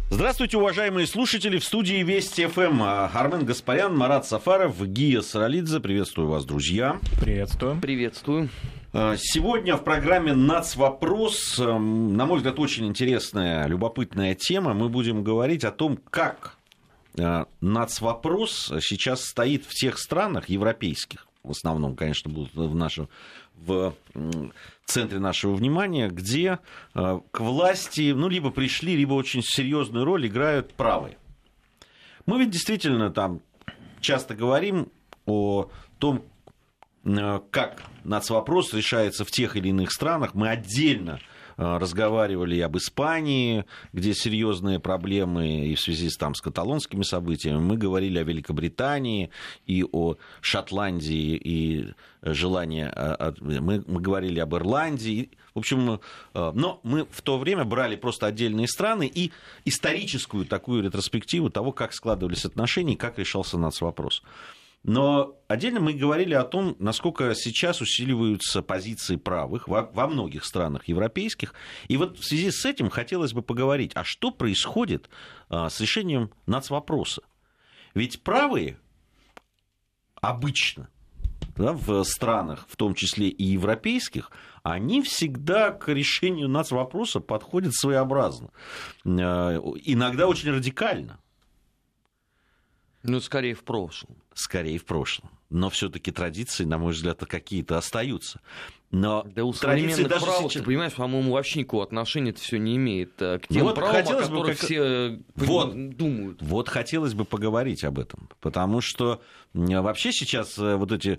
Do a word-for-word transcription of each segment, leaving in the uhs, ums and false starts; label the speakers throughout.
Speaker 1: Здравствуйте, уважаемые слушатели. В студии Вести ФМ Армен Гаспарян, Марат Сафаров, Гия Саралидзе. Приветствую вас, друзья.
Speaker 2: Приветствую.
Speaker 3: Приветствую.
Speaker 1: Сегодня в программе «Нацвопрос», на мой взгляд, очень интересная, любопытная тема. Мы будем говорить о том, как нацвопрос сейчас стоит в тех странах европейских, в основном, конечно, будут в нашем, в центре нашего внимания, где к власти, ну, либо пришли, либо очень серьезную роль играют правые. Мы ведь действительно там часто говорим о том, как нацвопрос решается в тех или иных странах. Мы отдельно разговаривали и об Испании, где серьезные проблемы и в связи с, там, с каталонскими событиями. Мы говорили о Великобритании и о Шотландии, и желание... Мы, мы говорили об Ирландии. В общем, но мы в то время брали просто отдельные страны и историческую такую ретроспективу того, как складывались отношения и как решался нацвопрос. Но отдельно мы говорили о том, насколько сейчас усиливаются позиции правых во, во многих странах европейских. И вот в связи с этим хотелось бы поговорить, а что происходит а, с решением нацвопроса? Ведь правые обычно, да, в странах, в том числе и европейских, они всегда к решению нацвопроса подходят своеобразно, а, иногда очень радикально.
Speaker 3: Ну, скорее в прошлом.
Speaker 1: Скорее в прошлом. Но все-таки традиции, на мой взгляд, какие-то остаются. Но
Speaker 3: да у современных правых, сейчас... ты понимаешь, по-моему, вообще никакого отношения это все не имеет к тем вот правам, о которых как... все вот, думают.
Speaker 1: Вот хотелось бы поговорить об этом. Потому что вообще сейчас вот эти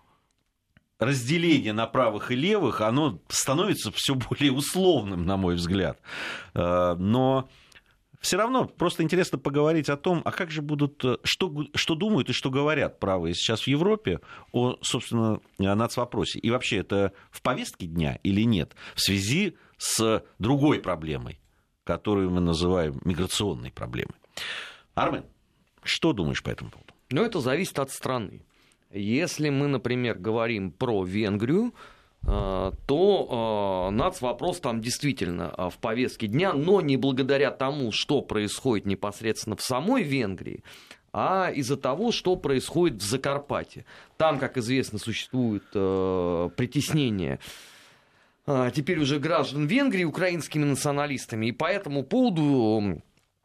Speaker 1: разделение на правых и левых, оно становится все более условным, на мой взгляд. Но... Все равно просто интересно поговорить о том, а как же будут, что, что думают и что говорят правые сейчас в Европе о, собственно, нацвопросе. И вообще это в повестке дня или нет, в связи с другой проблемой, которую мы называем миграционной проблемой. Армен, что думаешь по этому поводу?
Speaker 3: Ну, это зависит от страны. Если мы, например, говорим про Венгрию, то э, нацвопрос там действительно в повестке дня, но не благодаря тому, что происходит непосредственно в самой Венгрии, а из-за того, что происходит в Закарпатье. Там, как известно, существует э, притеснение э, теперь уже граждан Венгрии украинскими националистами, и по этому поводу...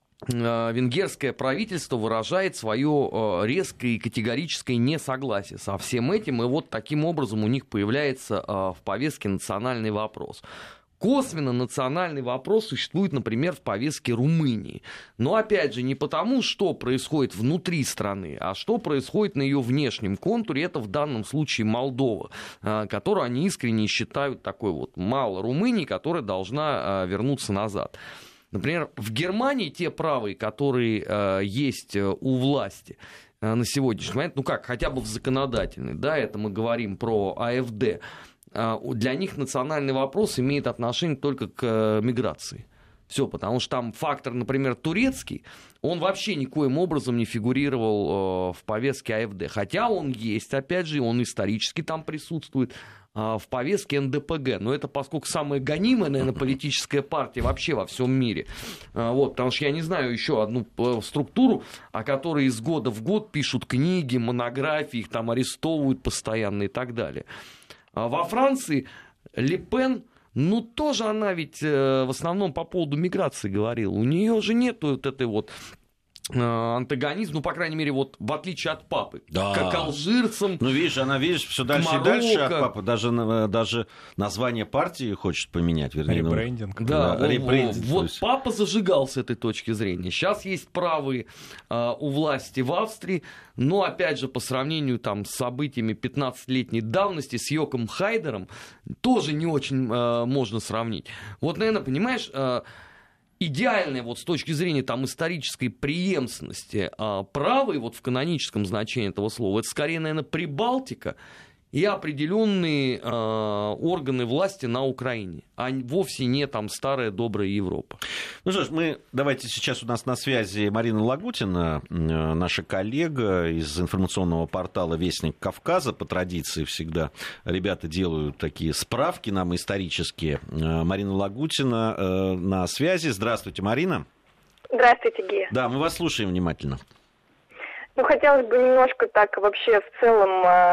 Speaker 3: венгерское правительство выражает свое резкое и категорическое несогласие со всем этим, и вот таким образом у них появляется в повестке национальный вопрос. Косвенно национальный вопрос существует, например, в повестке Румынии. Но, опять же, не потому, что происходит внутри страны, а что происходит на ее внешнем контуре. Это в данном случае Молдова, которую они искренне считают такой вот мало Румынии, которая должна вернуться назад. Например, в Германии те правые, которые э, есть у власти э, на сегодняшний момент, ну как, хотя бы в законодательной, да, это мы говорим про АфД, э, для них национальный вопрос имеет отношение только к э, миграции. Все, потому что там фактор, например, турецкий, он вообще никоим образом не фигурировал э, в повестке АфД. Хотя он есть, опять же, он исторически там присутствует в повестке эн дэ пэ гэ. Но это поскольку самая гонимая, наверное, политическая партия вообще во всем мире. Вот, потому что я не знаю еще одну структуру, о которой из года в год пишут книги, монографии, их там арестовывают постоянно и так далее. Во Франции Ле Пен, ну тоже она ведь в основном по поводу миграции говорила. У нее же нет вот этой вот антагонизм, ну, по крайней мере, вот в отличие от папы, да. Как алжирцам.
Speaker 1: Ну, видишь, она, видишь, все дальше и дальше от папы. Даже, даже название партии хочет поменять, вернее.
Speaker 2: Ребрендинг.
Speaker 3: Да, да, ребрендинг. Вот, вот папа зажигал с этой точки зрения. Сейчас есть правые э, у власти в Австрии, но, опять же, по сравнению там, с событиями пятнадцатилетней давности, с Йоком Хайдером, тоже не очень э, можно сравнить. Вот, наверное, понимаешь... Э, идеальное вот с точки зрения там, исторической преемственности а, правой, вот в каноническом значении этого слова, это скорее, наверное, Прибалтика и определенные э, органы власти на Украине, а вовсе не там старая добрая Европа.
Speaker 1: Ну что ж, мы давайте сейчас у нас на связи Марина Лагутина, наша коллега из информационного портала «Вестник Кавказа». По традиции всегда ребята делают такие справки нам исторические. Марина Лагутина э, на связи. Здравствуйте, Марина.
Speaker 2: Здравствуйте, Гея.
Speaker 1: Да, мы вас слушаем внимательно.
Speaker 2: Ну, хотелось бы немножко так вообще в целом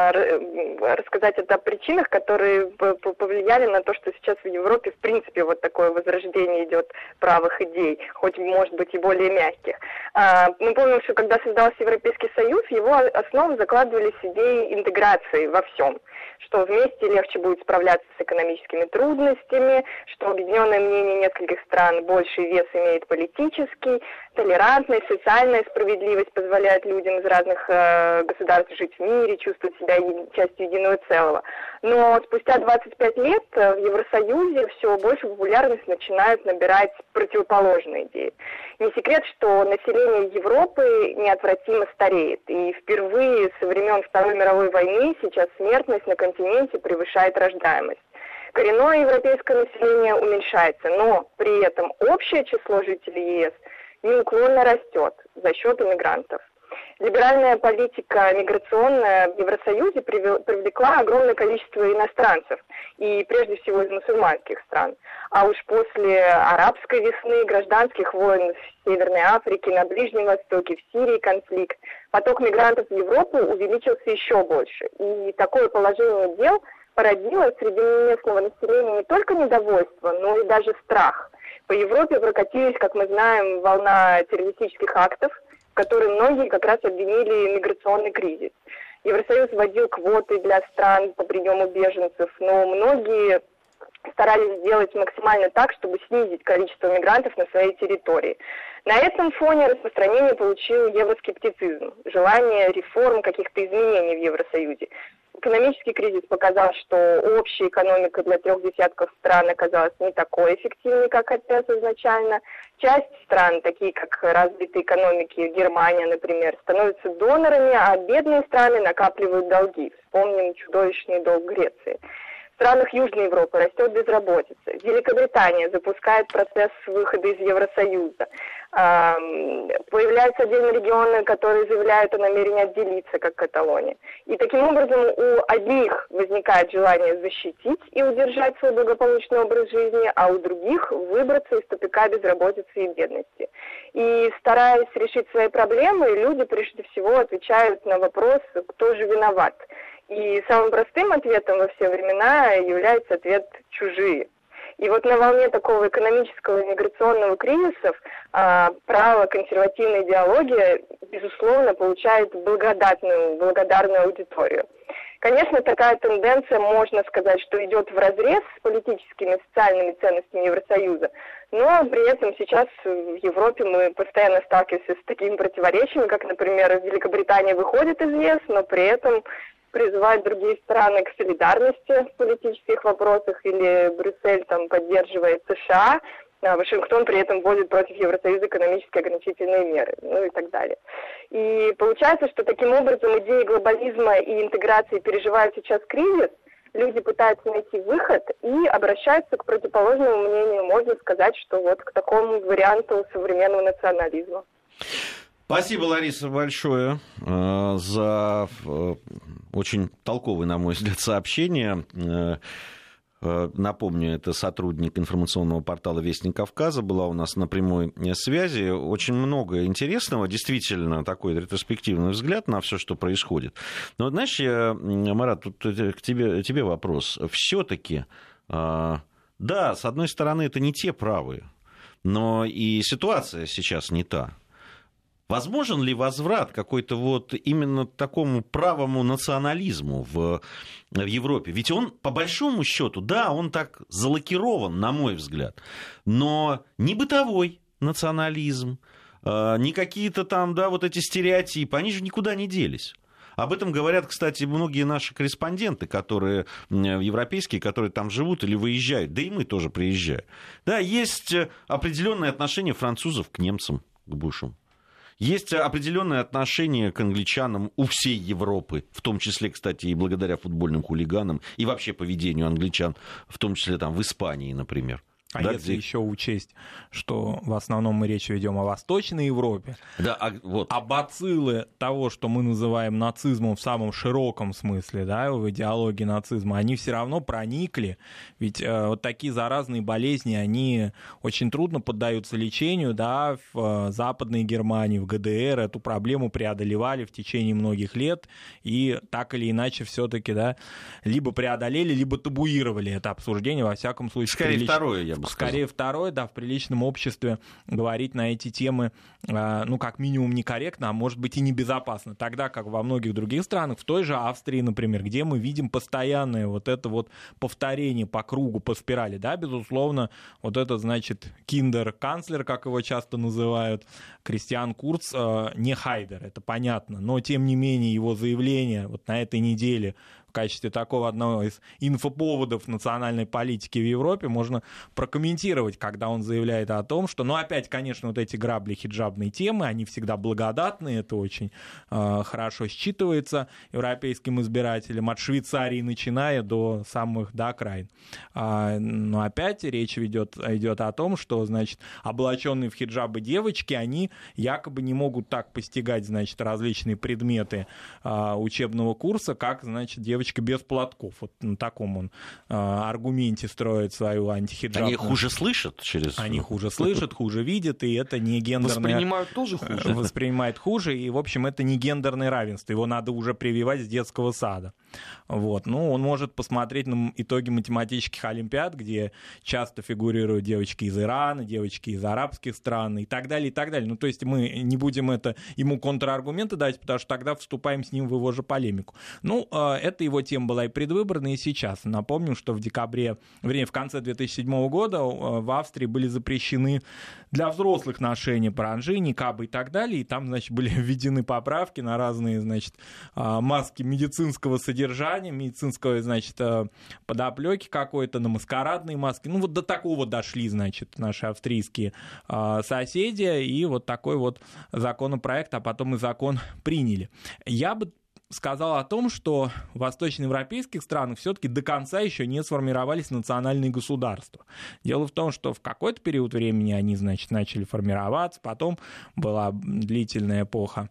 Speaker 2: э, рассказать о причинах, которые повлияли на то, что сейчас в Европе, в принципе, вот такое возрождение идет правых идей, хоть, может быть, и более мягких. А, мы помним, что когда создался Европейский Союз, в его основу закладывались идеи интеграции во всем, что вместе легче будет справляться с экономическими трудностями, что объединенное мнение нескольких стран больший вес имеет политический, толерантность, социальная справедливость позволяет людям из разных э, государств жить в мире, чувствовать себя е- частью единого целого. Но спустя двадцать пять лет в Евросоюзе все больше популярность начинают набирать противоположные идеи. Не секрет, что население Европы неотвратимо стареет. И впервые со времен Второй мировой войны сейчас смертность на континенте превышает рождаемость. Коренное европейское население уменьшается, но при этом общее число жителей ЕС неуклонно растет за счет иммигрантов. Либеральная политика миграционная в Евросоюзе привлекла огромное количество иностранцев, и прежде всего из мусульманских стран. А уж после арабской весны, гражданских войн в Северной Африке, на Ближнем Востоке, в Сирии конфликт, поток мигрантов в Европу увеличился еще больше. И такое положение дел породило среди местного населения не только недовольство, но и даже страх. По Европе прокатились, как мы знаем, волна террористических актов, в которые многие как раз обвинили миграционный кризис. Евросоюз вводил квоты для стран по приему беженцев, но многие старались сделать максимально так, чтобы снизить количество мигрантов на своей территории. На этом фоне распространение получил евроскептицизм, желание реформ, каких-то изменений в Евросоюзе. Экономический кризис показал, что общая экономика для трех десятков стран оказалась не такой эффективной, как хотелось изначально. Часть стран, такие как развитые экономики, Германия, например, становятся донорами, а бедные страны накапливают долги. Вспомним чудовищный долг Греции. В странах Южной Европы растет безработица. Великобритания запускает процесс выхода из Евросоюза. Появляются отдельные регионы, которые заявляют о намерении отделиться, как Каталония. И таким образом у одних возникает желание защитить и удержать свой благополучный образ жизни, а у других выбраться из тупика безработицы и бедности. И стараясь решить свои проблемы, люди прежде всего отвечают на вопрос, кто же виноват. И самым простым ответом во все времена является ответ «чужие». И вот на волне такого экономического и миграционного кризисов а, право-консервативная идеология, безусловно, получает благодатную, благодарную аудиторию. Конечно, такая тенденция, можно сказать, что идет вразрез с политическими и социальными ценностями Евросоюза, но при этом сейчас в Европе мы постоянно сталкиваемся с такими противоречиями, как, например, Великобритания выходит из ЕС, но при этом призывает другие страны к солидарности в политических вопросах, или Брюссель там поддерживает США, а Вашингтон при этом вводит против Евросоюза экономические ограничительные меры, ну и так далее. И получается, что таким образом идеи глобализма и интеграции переживают сейчас кризис, люди пытаются найти выход и обращаются к противоположному мнению, можно сказать, что вот к такому варианту современного национализма.
Speaker 1: Спасибо, Лариса, большое э, за э, очень толковое, на мой взгляд, сообщение. Э, э, напомню, это сотрудник информационного портала «Вестник Кавказа», была у нас на прямой связи. Очень много интересного, действительно, такой ретроспективный взгляд на все, что происходит. Но, знаешь, я, Марат, тут к тебе, тебе вопрос. Все-таки, э, да, с одной стороны, это не те правые, но и ситуация сейчас не та. Возможен ли возврат какой-то вот именно такому правому национализму в, в Европе? Ведь он, по большому счету, да, он так залакирован, на мой взгляд, но не бытовой национализм, не какие-то там, да, вот эти стереотипы, они же никуда не делись. Об этом говорят, кстати, многие наши корреспонденты, которые европейские, которые там живут или выезжают, да и мы тоже приезжаем. Да, есть определенное отношение французов к немцам, к бывшим. Есть определенное отношение к англичанам у всей Европы, в том числе, кстати, и благодаря футбольным хулиганам, и вообще поведению англичан, в том числе там в Испании, например.
Speaker 4: А
Speaker 1: да,
Speaker 4: если
Speaker 1: где...
Speaker 4: еще учесть, что в основном мы речь ведем о Восточной Европе,
Speaker 1: да, а, вот.
Speaker 4: а бациллы того, что мы называем нацизмом в самом широком смысле, да, в идеологии нацизма, они все равно проникли, ведь э, вот такие заразные болезни, они очень трудно поддаются лечению, да, в э, Западной Германии, в ГДР эту проблему преодолевали в течение многих лет, и так или иначе все-таки, да, либо преодолели, либо табуировали это обсуждение, во всяком случае.
Speaker 1: Скорее
Speaker 4: прилич...
Speaker 1: второе, я бы
Speaker 4: Скорее
Speaker 1: сказал.
Speaker 4: второе, да, в приличном обществе говорить на эти темы, ну, как минимум некорректно, а может быть и небезопасно. Тогда как во многих других странах, в той же Австрии, например, где мы видим постоянное вот это вот повторение по кругу, по спирали, да, безусловно, вот это, значит, киндер-канцлер, как его часто называют, Кристиан Курц, не Хайдер, это понятно, но, тем не менее, его заявление вот на этой неделе в качестве такого одного из инфоповодов национальной политики в Европе можно прокомментировать, когда он заявляет о том, что, ну, опять, конечно, вот эти грабли хиджабной темы, они всегда благодатные, это очень э, хорошо считывается европейским избирателям, от Швейцарии начиная до самых, до окраин. А, но опять речь ведет, идет о том, что, значит, облаченные в хиджабы девочки, они якобы не могут так постигать, значит, различные предметы э, учебного курса, как, значит, девочки без платков. Вот на таком он э, аргументе строит свою антихиджабную.
Speaker 1: Они хуже слышат через...
Speaker 4: Они хуже слышат, хуже видят, и это не гендерное...
Speaker 3: Воспринимают тоже хуже.
Speaker 4: Воспринимают хуже, и, в общем, это не гендерное равенство. Его надо уже прививать с детского сада. Вот. Ну, он может посмотреть на итоги математических олимпиад, где часто фигурируют девочки из Ирана, девочки из арабских стран и так далее, и так далее. Ну, то есть мы не будем это ему контраргументы дать, потому что тогда вступаем с ним в его же полемику. Ну, это его тема была и предвыборная, и сейчас. Напомню, что в декабре, вернее, в конце две тысячи седьмого года в Австрии были запрещены для взрослых ношения паранджи, никабы и так далее, и там, значит, были введены поправки на разные, значит, маски медицинского содержания, медицинского, значит, подоплеки какой-то, на маскарадные маски. Ну, вот до такого дошли, значит, наши австрийские соседи, и вот такой вот законопроект, а потом и закон приняли. Я бы сказал о том, что в восточноевропейских странах все-таки до конца еще не сформировались национальные государства. Дело в том, что в какой-то период времени они, значит, начали формироваться, потом была длительная эпоха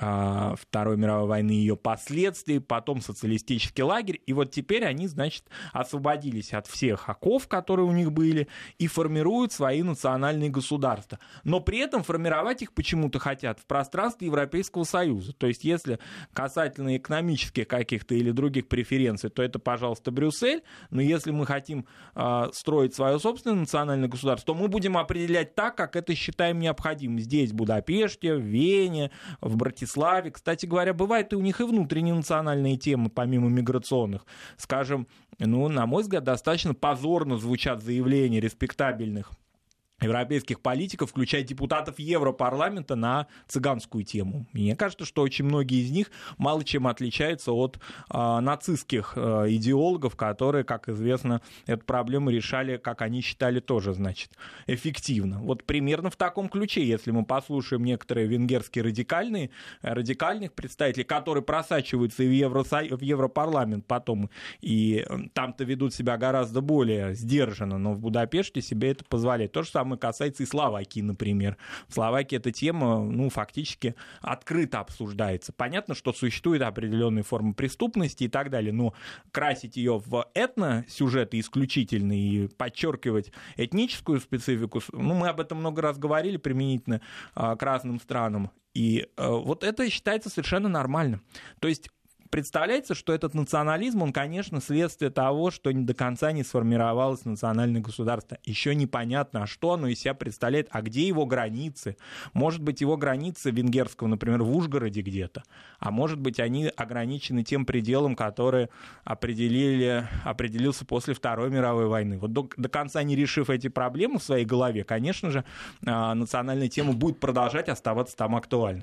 Speaker 4: э, Второй мировой войны и ее последствий, потом социалистический лагерь, и вот теперь они, значит, освободились от всех оков, которые у них были, и формируют свои национальные государства. Но при этом формировать их почему-то хотят в пространстве Европейского Союза. То есть, если касательно экономических каких-то или других преференций, то это, пожалуйста, Брюссель. Но если мы хотим э, строить свое собственное национальное государство, то мы будем определять так, как это считаем необходимым. Здесь, в Будапеште, в Вене, в Братиславе. Кстати говоря, бывают и у них и внутренние национальные темы, помимо миграционных. Скажем, ну, на мой взгляд, достаточно позорно звучат заявления респектабельных европейских политиков, включая депутатов Европарламента, на цыганскую тему. Мне кажется, что очень многие из них мало чем отличаются от э, нацистских э, идеологов, которые, как известно, эту проблему решали, как они считали, тоже, значит, эффективно. Вот примерно в таком ключе, если мы послушаем некоторые венгерские радикальные, радикальных представителей, которые просачиваются и в, Евросо... в Европарламент потом, и там-то ведут себя гораздо более сдержанно, но в Будапеште себе это позволяет. То же самое касается и Словакии, например. В Словакии эта тема, ну, фактически открыто обсуждается. Понятно, что существуют определенные формы преступности и так далее, но красить ее в этносюжеты исключительно и подчеркивать этническую специфику, ну, мы об этом много раз говорили применительно а, к разным странам, и а, вот это считается совершенно нормальным. То есть представляется, что этот национализм, он, конечно, следствие того, что до конца не сформировалось национальное государство. Еще непонятно, а что оно из себя представляет, а где его границы. Может быть, его границы венгерского, например, в Ужгороде где-то, а может быть, они ограничены тем пределом, который определили, определился после Второй мировой войны. Вот до, до конца не решив эти проблемы в своей голове, конечно же, национальная тема будет продолжать оставаться там актуальной.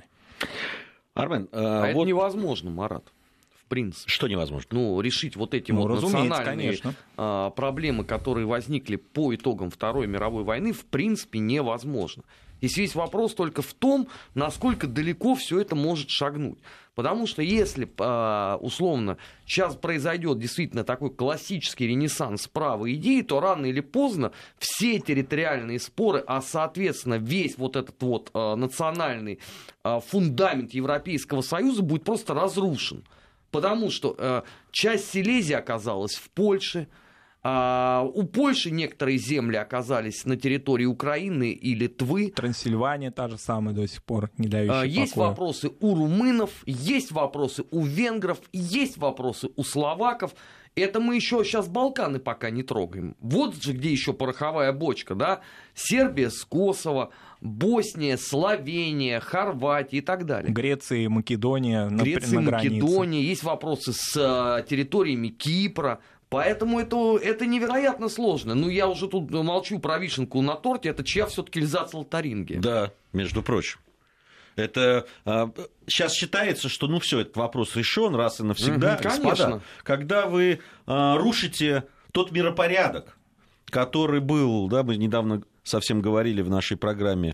Speaker 1: Армен,
Speaker 3: а, а
Speaker 1: вот...
Speaker 3: это невозможно, Марат. В принципе.
Speaker 1: Что невозможно?
Speaker 3: Ну, решить вот эти
Speaker 4: ну,
Speaker 3: вот национальные
Speaker 4: конечно.
Speaker 3: а, проблемы, которые возникли по итогам Второй мировой войны, в принципе, невозможно. Здесь весь вопрос только в том, насколько далеко все это может шагнуть. Потому что если, условно, сейчас произойдет действительно такой классический ренессанс правой идеи, то рано или поздно все территориальные споры, а, соответственно, весь вот этот вот национальный фундамент Европейского Союза будет просто разрушен. Потому что часть Силезии оказалась в Польше, у Польши некоторые земли оказались на территории Украины и Литвы.
Speaker 4: Трансильвания та же самая до сих пор, не дающая
Speaker 3: Есть
Speaker 4: покоя.
Speaker 3: вопросы у румынов, есть вопросы у венгров, есть вопросы у словаков. Это мы еще сейчас Балканы пока не трогаем. Вот же где еще пороховая бочка, да? Сербия с Косово, Босния, Словения, Хорватия и так далее.
Speaker 4: Греция и Македония на,
Speaker 3: Греция,
Speaker 4: на границе.
Speaker 3: Македония, есть вопросы с а, территориями Кипра. Поэтому это, это невероятно сложно. Ну, я уже тут молчу про вишенку на торте. Это чья все-таки Эльзац Лотарингия?
Speaker 1: Да, между прочим. Это а, сейчас считается, что ну все, этот вопрос решен раз и навсегда.
Speaker 3: Угу,
Speaker 1: Господа,
Speaker 3: конечно.
Speaker 1: когда вы а, рушите тот миропорядок, который был, да, мы недавно совсем говорили в нашей программе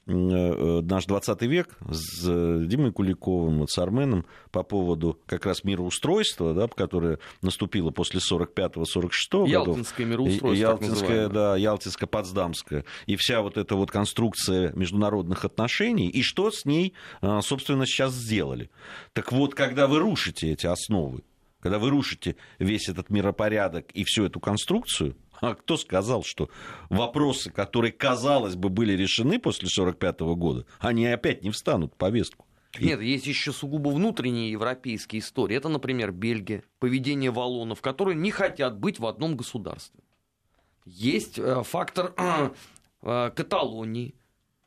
Speaker 1: «Наш двадцатый век» с Димой Куликовым, вот, с Арменом по поводу как раз мироустройства, да, которое наступило после сорок пятого — сорок шестого годов.
Speaker 3: Ялтинское мироустройство,
Speaker 1: Ялтинское, да, Ялтинско-Потсдамское. И вся вот эта вот конструкция международных отношений. И что с ней, собственно, сейчас сделали? Так вот, когда вы рушите эти основы, когда вы рушите весь этот миропорядок и всю эту конструкцию, а кто сказал, что вопросы, которые, казалось бы, были решены после сорок пятого года, они опять не встанут в повестку?
Speaker 3: Нет, есть еще сугубо внутренние европейские истории. Это, например, Бельгия, поведение валлонов, которые не хотят быть в одном государстве. Есть э, фактор э, э, Каталонии.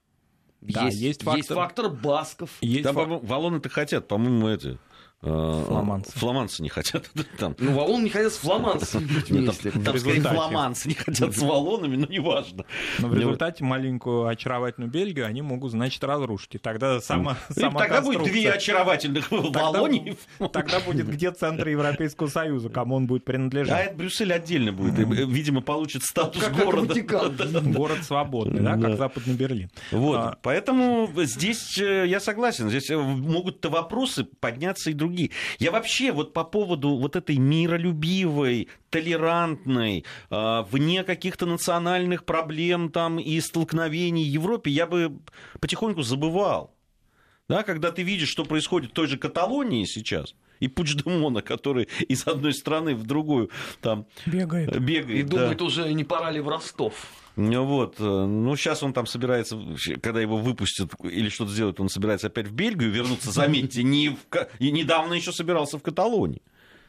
Speaker 4: Да,
Speaker 3: есть,
Speaker 4: есть, фактор...
Speaker 3: есть фактор басков.
Speaker 4: Есть
Speaker 1: Там,
Speaker 4: фак...
Speaker 1: валлоны-то хотят, по-моему, эти...
Speaker 4: Фламандцы.
Speaker 1: Фламандцы не хотят. Там.
Speaker 3: Ну, валлоны не хотят с фламандцами быть вместе.
Speaker 1: Там, там скорее, фламандцы не хотят с валлонами, но неважно.
Speaker 4: Но в результате маленькую очаровательную Бельгию они могут, значит, разрушить. И тогда сама, сама
Speaker 1: тогда будет две очаровательных Валлонии.
Speaker 4: Тогда, тогда будет где центр Европейского Союза, кому он будет принадлежать.
Speaker 1: А это Брюссель отдельно будет. И, видимо, получит статус
Speaker 3: как,
Speaker 1: города.
Speaker 3: Как
Speaker 4: город свободный, да, как Западный Берлин.
Speaker 1: Вот.
Speaker 4: А...
Speaker 1: Поэтому здесь я согласен. Здесь могут-то вопросы подняться и другие. Я вообще вот по поводу вот этой миролюбивой, толерантной, э, вне каких-то национальных проблем там и столкновений Европе, я бы потихоньку забывал. Да, когда ты видишь, что происходит в той же Каталонии сейчас, и Пучдемона, который из одной страны в другую там бегает. бегает
Speaker 3: и
Speaker 1: да.
Speaker 3: думает, уже не пора ли в Ростов.
Speaker 1: Вот. Ну, сейчас он там собирается, когда его выпустят или что-то сделают, он собирается опять в Бельгию вернуться, заметьте, не в... и недавно еще собирался в Каталонии.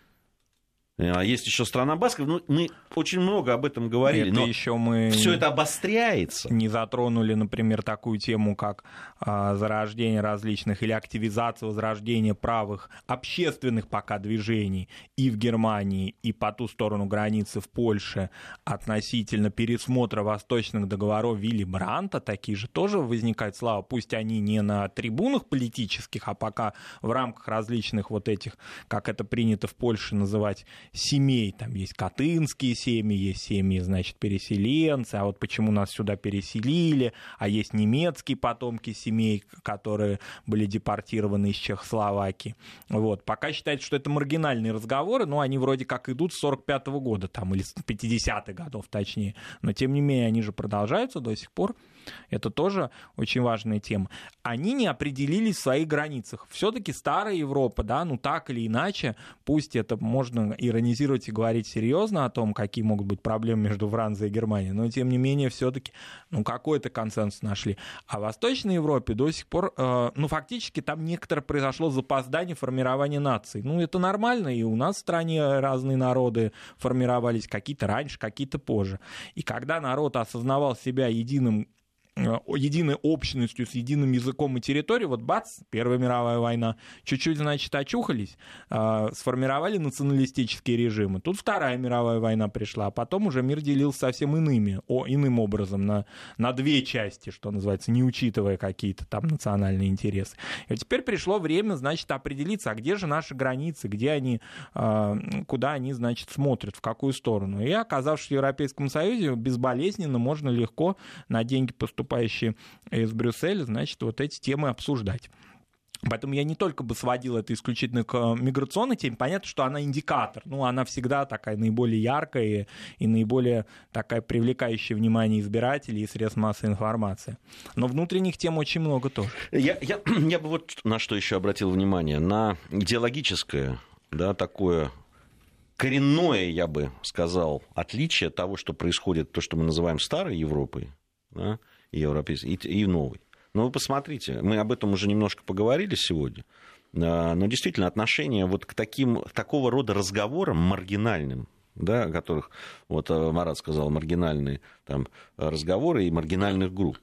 Speaker 1: А есть еще страна басков. Ну, мы очень много об этом говорили,
Speaker 4: это
Speaker 1: но
Speaker 4: еще мы
Speaker 1: все это обостряется.
Speaker 4: Не затронули, например, такую тему, как а, зарождение различных или активизация возрождения правых общественных пока движений и в Германии, и по ту сторону границы в Польше относительно пересмотра восточных договоров Вилли Брандта. Такие же тоже возникают, слава, пусть они не на трибунах политических, а пока в рамках различных вот этих, как это принято в Польше называть, семей. Там есть катынские семьи, есть семьи, значит, переселенцы, а вот почему нас сюда переселили, а есть немецкие потомки семей, которые были депортированы из Чехословакии. Вот. Пока считается, что это маргинальные разговоры, но они вроде как идут с сорок пятого года, там, или с пятидесятых годов точнее, но тем не менее они же продолжаются до сих пор. Это тоже очень важная тема. Они не определились в своих границах. Все-таки старая Европа, да, ну так или иначе, пусть это можно иронизировать и говорить серьезно о том, какие могут быть проблемы между Францией и Германией, но тем не менее все-таки ну, какой-то консенсус нашли. А в Восточной Европе до сих пор, э, ну фактически там некоторое произошло запоздание формирования наций. Ну это нормально, и у нас в стране разные народы формировались, какие-то раньше, какие-то позже. И когда народ осознавал себя единым единой общностью, с единым языком и территорией, вот бац, Первая мировая война, чуть-чуть, значит, очухались, э, сформировали националистические режимы. Тут Вторая мировая война пришла, а потом уже мир делился совсем иными, о, иным образом, на, на две части, что называется, не учитывая какие-то там национальные интересы. И вот теперь пришло время, значит, определиться, а где же наши границы, где они, э, куда они, значит, смотрят, в какую сторону. И оказавшись в Европейском Союзе, безболезненно, можно легко на деньги поступать выступающие из Брюсселя, значит, вот эти темы обсуждать. Поэтому я не только бы сводил это исключительно к миграционной теме. Понятно, что она индикатор. Ну, она всегда такая наиболее яркая и, и наиболее такая привлекающая внимание избирателей и средств массовой информации. Но внутренних тем очень много тоже.
Speaker 1: Я, я, я бы вот на что еще обратил внимание. На идеологическое, да, такое коренное, я бы сказал, отличие того, что происходит, то, что мы называем старой Европой, да, и европейской, и, и новой. Ну, вы посмотрите, мы об этом уже немножко поговорили сегодня, но действительно отношение вот к таким, такого рода разговорам маргинальным, да, о которых вот Марат сказал, маргинальные там, разговоры и маргинальных групп.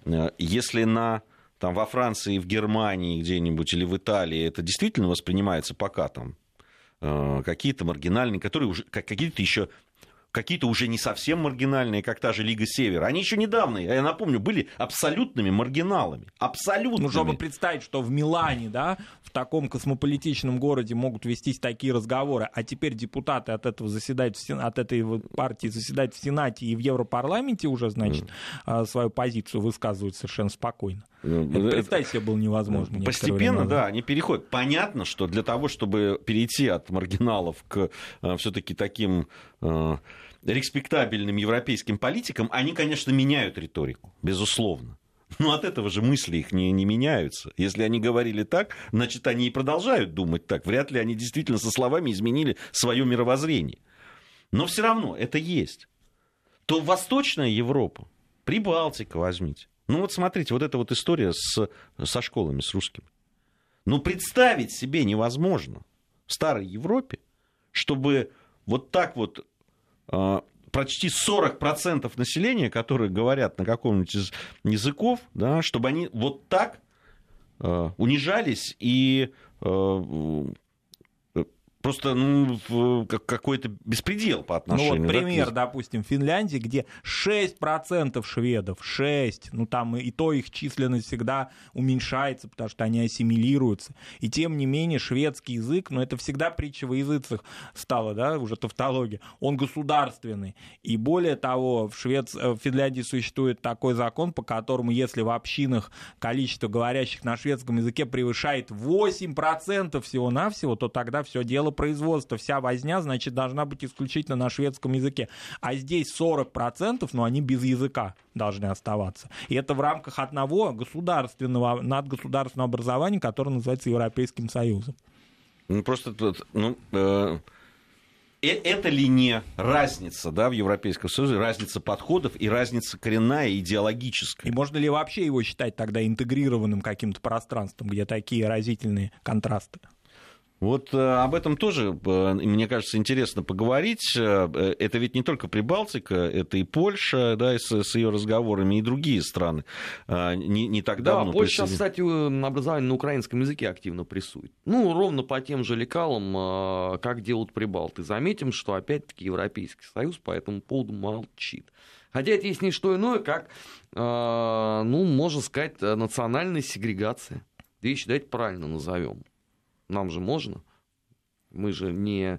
Speaker 1: Если на, там, во Франции, в Германии где-нибудь или в Италии это действительно воспринимается пока там какие-то маргинальные, которые уже какие-то еще... какие-то уже не совсем маргинальные, как та же Лига Севера. Они еще недавно, я напомню, были абсолютными маргиналами. Абсолютными.
Speaker 4: Ну, чтобы представить, что в Милане, да, в таком космополитичном городе могут вестись такие разговоры, а теперь депутаты от этого заседают, от этой партии заседают в Сенате и в Европарламенте уже, значит, mm. свою позицию высказывают совершенно спокойно. Это, представить себе было невозможно.
Speaker 1: Постепенно, да, они переходят. Понятно, что для того, чтобы перейти от маргиналов к все-таки таким э, респектабельным европейским политикам, они, конечно, меняют риторику, безусловно. Но от этого же мысли их не, не меняются. Если они говорили так, значит, они и продолжают думать так. Вряд ли они действительно со словами изменили свое мировоззрение. Но все равно это есть. То Восточная Европа, Прибалтика возьмите. Ну вот смотрите, вот эта вот история с, со школами, с русскими. Ну представить себе невозможно в старой Европе, чтобы вот так вот э, почти сорок процентов населения, которые говорят на каком-нибудь из языков, да, чтобы они вот так э, унижались и... Э, Просто ну, какой-то беспредел по отношению.
Speaker 4: Ну вот пример,
Speaker 1: да,
Speaker 4: допустим, Финляндии, где шесть процентов шведов, шесть, ну там и то их численность всегда уменьшается, потому что они ассимилируются. И тем не менее шведский язык, ну это всегда притча во языцах стала, да, уже тавтология, он государственный. И более того, в, Швед... в Финляндии существует такой закон, по которому если в общинах количество говорящих на шведском языке превышает восемь процентов всего-навсего, то тогда все дело производства, вся возня, значит, должна быть исключительно на шведском языке. А здесь сорок процентов, но они без языка должны оставаться. И это в рамках одного государственного, надгосударственного образования, которое называется Европейским Союзом.
Speaker 1: Ну, просто ну, э, это ли не разница, да, в Европейском Союзе, разница подходов и разница коренная идеологическая?
Speaker 4: И можно ли вообще его считать тогда интегрированным каким-то пространством, где такие разительные контрасты?
Speaker 1: Вот э, об этом тоже, э, мне кажется, интересно поговорить. Э, это ведь не только Прибалтика, это и Польша, да, с, с ее разговорами, и другие страны. Э, не, не так давно.
Speaker 3: Да, Польша, присоедин... кстати, образование на украинском языке активно прессует. Ну, ровно по тем же лекалам, э, как делают прибалты. Заметим, что, опять-таки, Европейский Союз по этому поводу молчит. Хотя это есть не что иное, как, э, ну, можно сказать, национальная сегрегация. Вещь, давайте правильно назовем. Нам же можно. Мы же не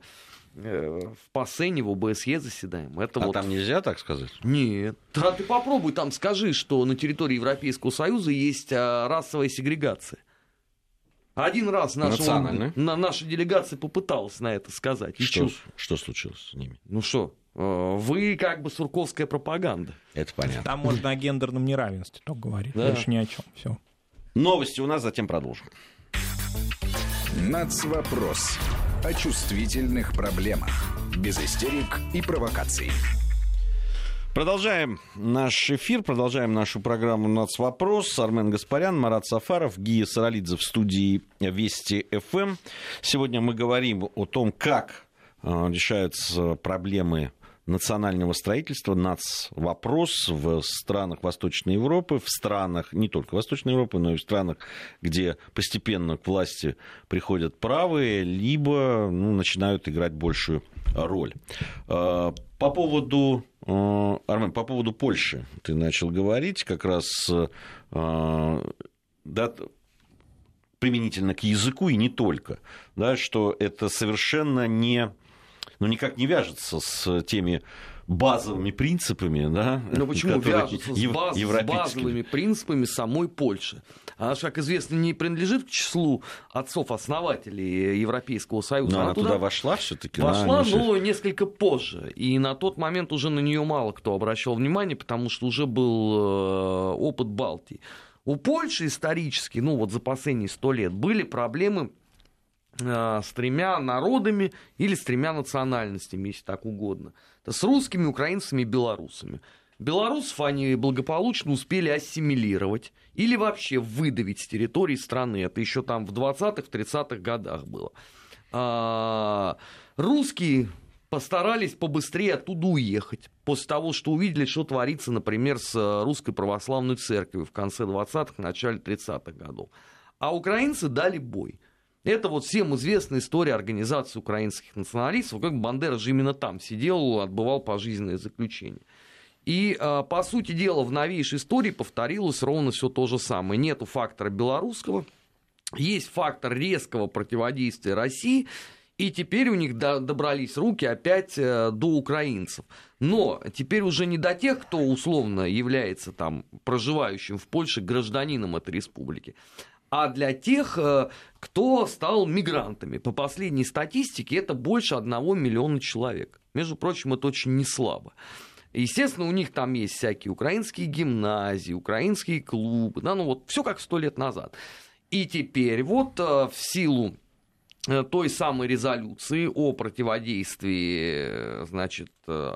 Speaker 3: в ПАСЕ, не в ОБСЕ заседаем. Это
Speaker 1: а
Speaker 3: вот...
Speaker 1: там нельзя так сказать?
Speaker 3: Нет. А ты попробуй там скажи, что на территории Европейского Союза есть расовая сегрегация. Один раз наша, на, наша делегация попыталась на это сказать.
Speaker 1: Что, что случилось с ними?
Speaker 3: Ну что, вы как бы сурковская пропаганда.
Speaker 1: Это понятно.
Speaker 4: Там можно о гендерном неравенстве только говорить. Да. Больше ни о чем. Все.
Speaker 1: Новости у нас, затем продолжим.
Speaker 5: Нацвопрос. О чувствительных проблемах. Без истерик и провокаций.
Speaker 1: Продолжаем наш эфир, продолжаем нашу программу «Нацвопрос». Армен Гаспарян, Марат Сафаров, Гия Саралидзе в студии Вести эф эм. Сегодня мы говорим о том, как решаются проблемы национального строительства, нацвопрос в странах Восточной Европы, в странах, не только Восточной Европы, но и в странах, где постепенно к власти приходят правые, либо ну, начинают играть большую роль. По поводу, Армен, по поводу Польши ты начал говорить, как раз да, применительно к языку и не только, да, что это совершенно не ну, никак не вяжется с теми базовыми принципами, да?
Speaker 3: Но почему вяжутся с,
Speaker 1: ев-
Speaker 3: баз, с базовыми принципами самой Польши? Она же, как известно, не принадлежит к числу отцов-основателей Европейского Союза.
Speaker 1: Но
Speaker 3: она,
Speaker 1: она туда, туда вошла все-таки.
Speaker 3: Вошла, да, но несколько позже. И на тот момент уже на нее мало кто обращал внимание, потому что уже был опыт Балтии. У Польши исторически, ну вот за последние сто лет, были проблемы с тремя народами или с тремя национальностями, если так угодно. Это с русскими, украинцами и белорусами. Белорусов они благополучно успели ассимилировать или вообще выдавить с территории страны. Это еще там в двадцатых-тридцатых годах было. А, русские постарались побыстрее оттуда уехать после того, что увидели, что творится, например, с Русской Православной Церковью в конце двадцатых, начале тридцатых годов. А украинцы дали бой. Это вот всем известная история организации украинских националистов, как Бандера же именно там сидел, отбывал пожизненное заключение. И, по сути дела, в новейшей истории повторилось ровно все то же самое. Нету фактора белорусского, есть фактор резкого противодействия России, и теперь у них добрались руки опять до украинцев. Но теперь уже не до тех, кто условно является там проживающим в Польше гражданином этой республики, а для тех, кто стал мигрантами. По последней статистике это больше одного миллиона человек. Между прочим, это очень неслабо. Естественно, у них там есть всякие украинские гимназии, украинские клубы, да, ну вот все как сто лет назад. И теперь вот в силу той самой резолюции о противодействии, значит,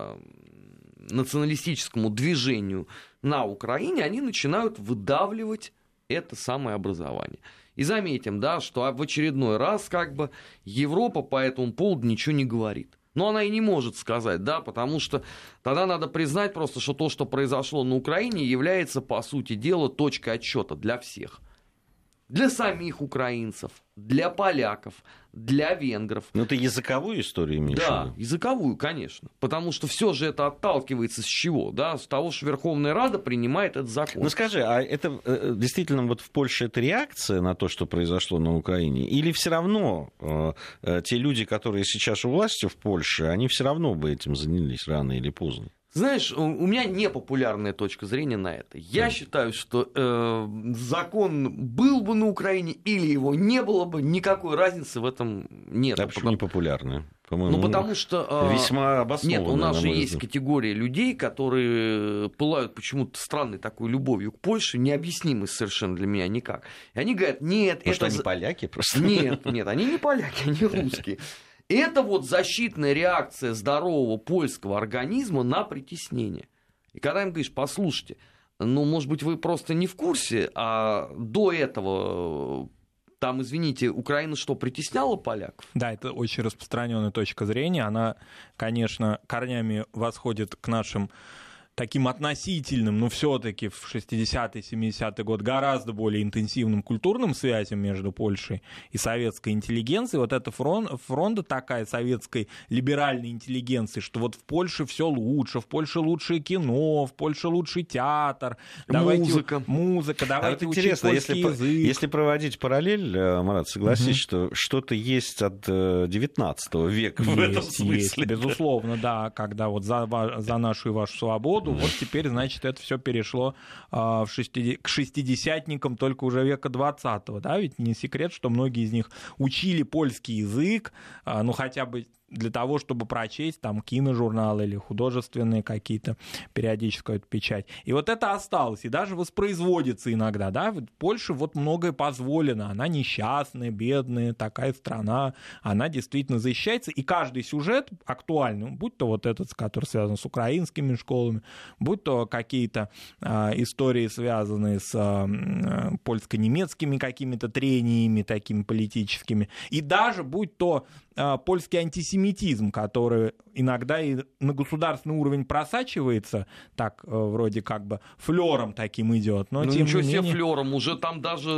Speaker 3: националистическому движению на Украине, они начинают выдавливать это самое образование. И заметим, да, что в очередной раз как бы Европа по этому поводу ничего не говорит. Но она и не может сказать, да, потому что тогда надо признать просто, что то, что произошло на Украине, является, по сути дела, точкой отсчета для всех. Для самих украинцев, для поляков, для венгров.
Speaker 1: Ну, ты языковую историю имеешь в виду?
Speaker 3: Да, языковую, конечно. Потому что все же это отталкивается с чего? Да? С того, что Верховная Рада принимает этот закон.
Speaker 1: Ну, скажи, а это действительно вот в Польше это реакция на то, что произошло на Украине? Или все равно э, те люди, которые сейчас у власти в Польше, они все равно бы этим занялись рано или поздно?
Speaker 3: Знаешь, у меня непопулярная точка зрения на это. Я mm. считаю, что э, закон был бы на Украине или его не было бы, никакой разницы в этом нет.
Speaker 1: А почему непопулярная? По-моему,
Speaker 3: ну, потому что... Э,
Speaker 1: весьма обоснованная.
Speaker 3: Нет, у нас же есть категория людей, которые пылают почему-то странной такой любовью к Польше, необъяснимой совершенно для меня никак. И они говорят, нет...
Speaker 1: Может,
Speaker 3: это...
Speaker 1: они поляки просто?
Speaker 3: Нет, нет, они не поляки, они русские. Это вот защитная реакция здорового польского организма на притеснение. И когда им говоришь, послушайте, ну, может быть, вы просто не в курсе, а до этого, там, извините, Украина что, притесняла поляков?
Speaker 4: Да, это очень распространенная точка зрения. Она, конечно, корнями восходит к нашим таким относительным, но все-таки в шестидесятые, семидесятые годы гораздо более интенсивным культурным связям между Польшей и советской интеллигенцией. Вот эта фронта, фронта такая советской либеральной интеллигенции, что вот в Польше все лучше, в Польше лучше кино, в Польше лучше театр, давайте,
Speaker 3: музыка.
Speaker 4: Музыка, давайте
Speaker 1: а вот
Speaker 4: учить
Speaker 1: интересно,
Speaker 4: польский
Speaker 1: если,
Speaker 4: язык.
Speaker 1: Если проводить параллель, Марат, согласись, угу. что что-то есть от девятнадцатого века
Speaker 4: есть,
Speaker 1: в этом смысле.
Speaker 4: Есть, безусловно, да, когда вот за, за нашу и вашу свободу, вот теперь, значит, это все перешло а, в шестиди... к шестидесятникам только уже века двадцатого, да, ведь не секрет, что многие из них учили польский язык, а, ну, хотя бы для того, чтобы прочесть там киножурналы или художественные какие-то периодическую печать. И вот это осталось, и даже воспроизводится иногда, да, в Польше вот многое позволено, она несчастная, бедная, такая страна, она действительно защищается, и каждый сюжет актуальный, будь то вот этот, который связан с украинскими школами, будь то какие-то а, истории, связанные с а, польско-немецкими какими-то трениями такими политическими, и даже будь то а, польский антисемитизм, который иногда и на государственный уровень просачивается, так вроде как бы флером таким идет. Но
Speaker 3: ну
Speaker 4: тем
Speaker 3: ничего
Speaker 4: не
Speaker 3: себе
Speaker 4: менее...
Speaker 3: флером, уже там даже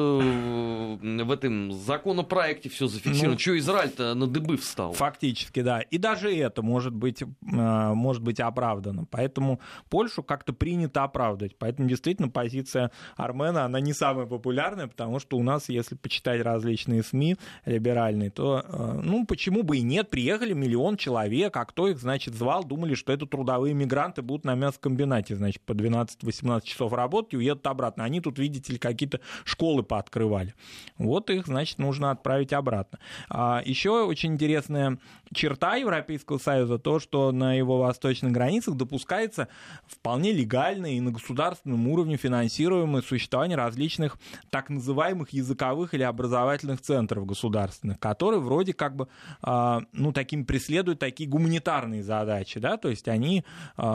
Speaker 3: в этом законопроекте все зафиксировано. Ну, что Израиль-то на дыбы встал?
Speaker 4: Фактически, да. И даже это может быть, может быть оправдано. Поэтому Польшу как-то принято оправдывать. Поэтому действительно позиция Армена, она не самая популярная, потому что у нас, если почитать различные СМИ либеральные, то, ну, почему почему бы и нет, приехали миллион человек, а кто их, значит, звал, думали, что это трудовые мигранты будут на мясокомбинате, значит, по двенадцать-восемнадцать часов работать и уедут обратно. Они тут, видите ли, какие-то школы пооткрывали. Вот их, значит, нужно отправить обратно. А еще очень интересная черта Европейского Союза, то, что на его восточных границах допускается вполне легальное и на государственном уровне финансируемое существование различных так называемых языковых или образовательных центров государственных, которые вроде как бы, ну, таким преследуют такие гуманитарные задачи, да, то есть они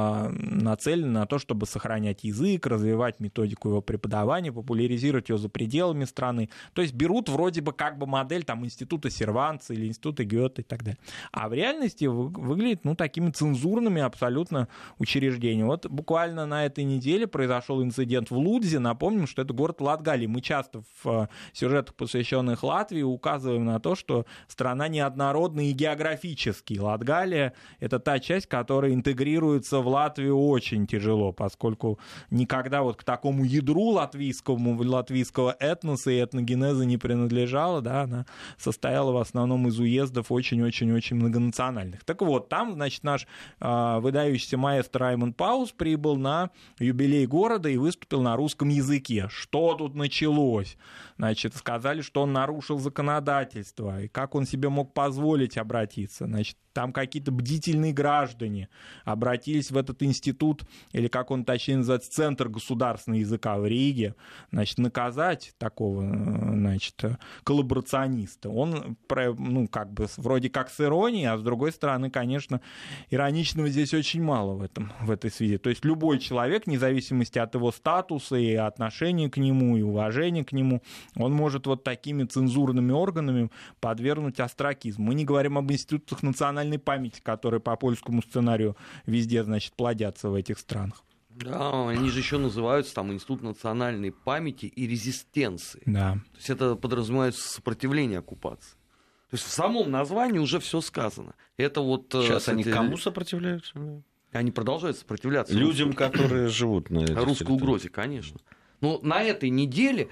Speaker 4: нацелены на то, чтобы сохранять язык, развивать методику его преподавания, популяризировать ее за пределами страны, то есть берут вроде бы как бы модель там института Сервантеса или института Гёте и так далее. А в реальности выглядит, ну, такими цензурными абсолютно учреждениями. Вот буквально на этой неделе произошел инцидент в Лудзе. Напомним, что это город Латгалии. Мы часто в сюжетах, посвященных Латвии, указываем на то, что страна неоднородная и географически. Латгалия — это та часть, которая интегрируется в Латвию очень тяжело, поскольку никогда вот к такому ядру латвийскому, латвийского этноса и этногенеза не принадлежала, да, она состояла в основном из уездов очень-очень-очень многонациональных. Так вот, там, значит, наш э, выдающийся маэстро Раймонд Паус прибыл на юбилей города и выступил на русском языке. Что тут началось? Значит, сказали, что он нарушил законодательство, и как он себе мог позволить обратиться. Значит, там какие-то бдительные граждане обратились в этот институт, или как он точнее называется, Центр государственного языка в Риге, значит, наказать такого, значит, коллаборациониста. Он, ну, как бы, вроде как с иронией, а с другой стороны, конечно, ироничного здесь очень мало в этом, в этой связи. То есть любой человек, вне зависимости от его статуса и отношения к нему, и уважения к нему, он может вот такими цензурными органами подвергнуть остракизму. Мы не говорим об институтах национальной памяти, которые по польскому сценарию везде, значит, плодятся в этих странах.
Speaker 3: Да, они же еще называются там Институт национальной памяти и резистенции.
Speaker 4: Да.
Speaker 3: То есть это подразумевается сопротивление оккупации. То есть в самом названии уже все сказано. Это вот...
Speaker 1: Сейчас
Speaker 3: кстати,
Speaker 1: они кому сопротивляются?
Speaker 3: Они продолжают сопротивляться.
Speaker 1: Людям, которые живут на этой
Speaker 3: русской
Speaker 1: территории.
Speaker 3: угрозе, конечно. Но на этой неделе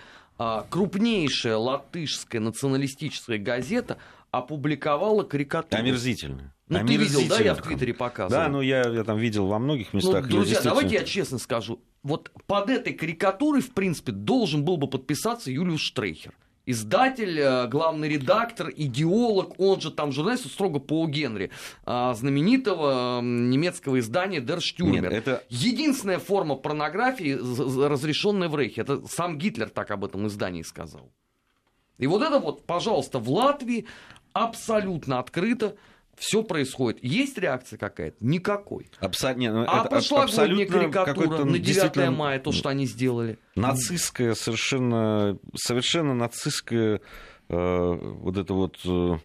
Speaker 3: крупнейшая латышская националистическая газета опубликовала карикатуру.
Speaker 1: Омерзительно.
Speaker 3: Ну, ты видел, да, я в Твиттере показывал.
Speaker 1: Да, ну я, я там видел во многих местах.
Speaker 3: Ну, друзья,
Speaker 1: действительно...
Speaker 3: давайте я честно скажу. Вот под этой карикатурой, в принципе, должен был бы подписаться Юлиус Штрейхер. Издатель, главный редактор, идеолог, он же там журналист, строго по Генри, знаменитого немецкого издания Der Stürmer.
Speaker 1: Нет, это...
Speaker 3: Единственная форма порнографии, разрешенная в Рейхе. Это сам Гитлер так об этом издании сказал. И вот это вот, пожалуйста, в Латвии абсолютно открыто все происходит. Есть реакция какая-то? Никакой.
Speaker 1: Абсо... Не, ну,
Speaker 3: а
Speaker 1: это
Speaker 3: прошлогодняя карикатура на девятое мая, то, что они сделали.
Speaker 1: Нацистская, совершенно, совершенно нацистская, э, вот это вот... Э,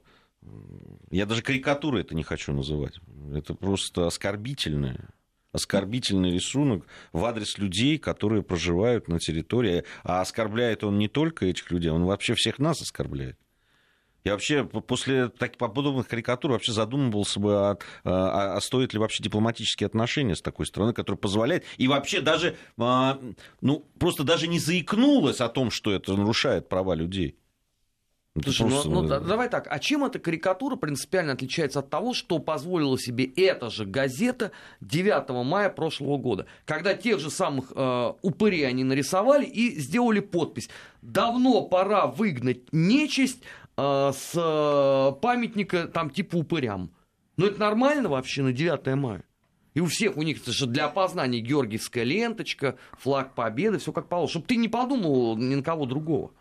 Speaker 1: я даже карикатурой это не хочу называть. Это просто оскорбительное. Оскорбительный рисунок в адрес людей, которые проживают на территории. А оскорбляет он не только этих людей, он вообще всех нас оскорбляет. Я вообще после таких подобных карикатур вообще задумывался бы, а, а, а стоит ли вообще дипломатические отношения с такой страной, которая позволяет, и вообще даже, а, ну, просто даже не заикнулась о том, что это нарушает права людей.
Speaker 3: Слушай, просто... ну, ну давай так, а чем эта карикатура принципиально отличается от того, что позволила себе эта же газета девятого мая прошлого года, когда тех же самых э, упырей они нарисовали и сделали подпись: давно пора выгнать нечисть э, с э, памятника там типа упырям. Ну это нормально вообще на девятое мая? И у всех у них это же для опознания георгиевская ленточка, флаг победы, все как положено, чтобы ты не подумал ни на кого другого.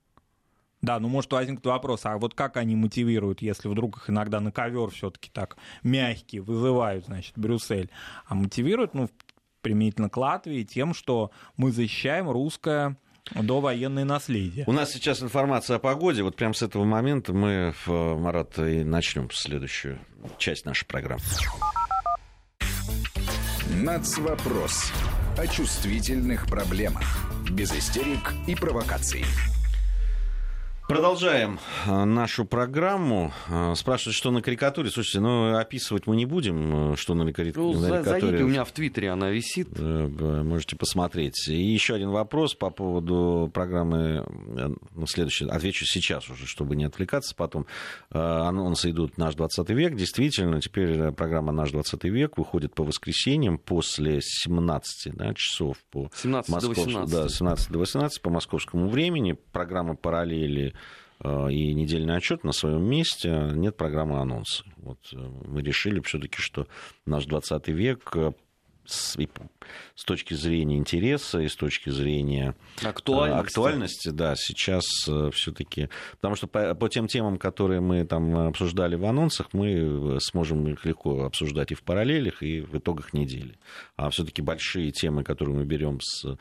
Speaker 4: Да, ну может возникнуть вопрос, а вот как они мотивируют, если вдруг их иногда на ковер все-таки так мягкие вызывают, значит, Брюссель, а мотивируют, ну, применительно к Латвии, тем, что мы защищаем русское довоенное наследие.
Speaker 1: У нас сейчас информация о погоде, вот прямо с этого момента мы, Марат, и начнем следующую часть нашей программы.
Speaker 5: Нацвопрос. О чувствительных проблемах. Без истерик и провокаций.
Speaker 1: Продолжаем нашу программу. Спрашивают, что на карикатуре. Слушайте, ну, описывать мы не будем, что на карикатуре.
Speaker 3: Ну, зайдите, у меня в Твиттере она висит.
Speaker 1: Можете посмотреть. И еще один вопрос по поводу программы. Ну, следующий. Отвечу сейчас уже, чтобы не отвлекаться потом. Анонсы идут «Наш двадцатый век». Действительно, теперь программа «Наш двадцатый век» выходит по воскресеньям после семнадцати, да, часов по
Speaker 3: семнадцати до восемнадцати.
Speaker 1: Да, семнадцати до восемнадцати по московскому времени. Программа «Параллели» и недельный отчет на своем месте, нет программы анонса. Вот мы решили все-таки, что наш двадцатый век с, с точки зрения интереса и с точки зрения
Speaker 3: актуальности,
Speaker 1: актуальности да, сейчас все-таки, потому что по, по тем темам, которые мы там обсуждали в анонсах, мы сможем их легко обсуждать и в параллелях, и в итогах недели. А все-таки большие темы, которые мы берем с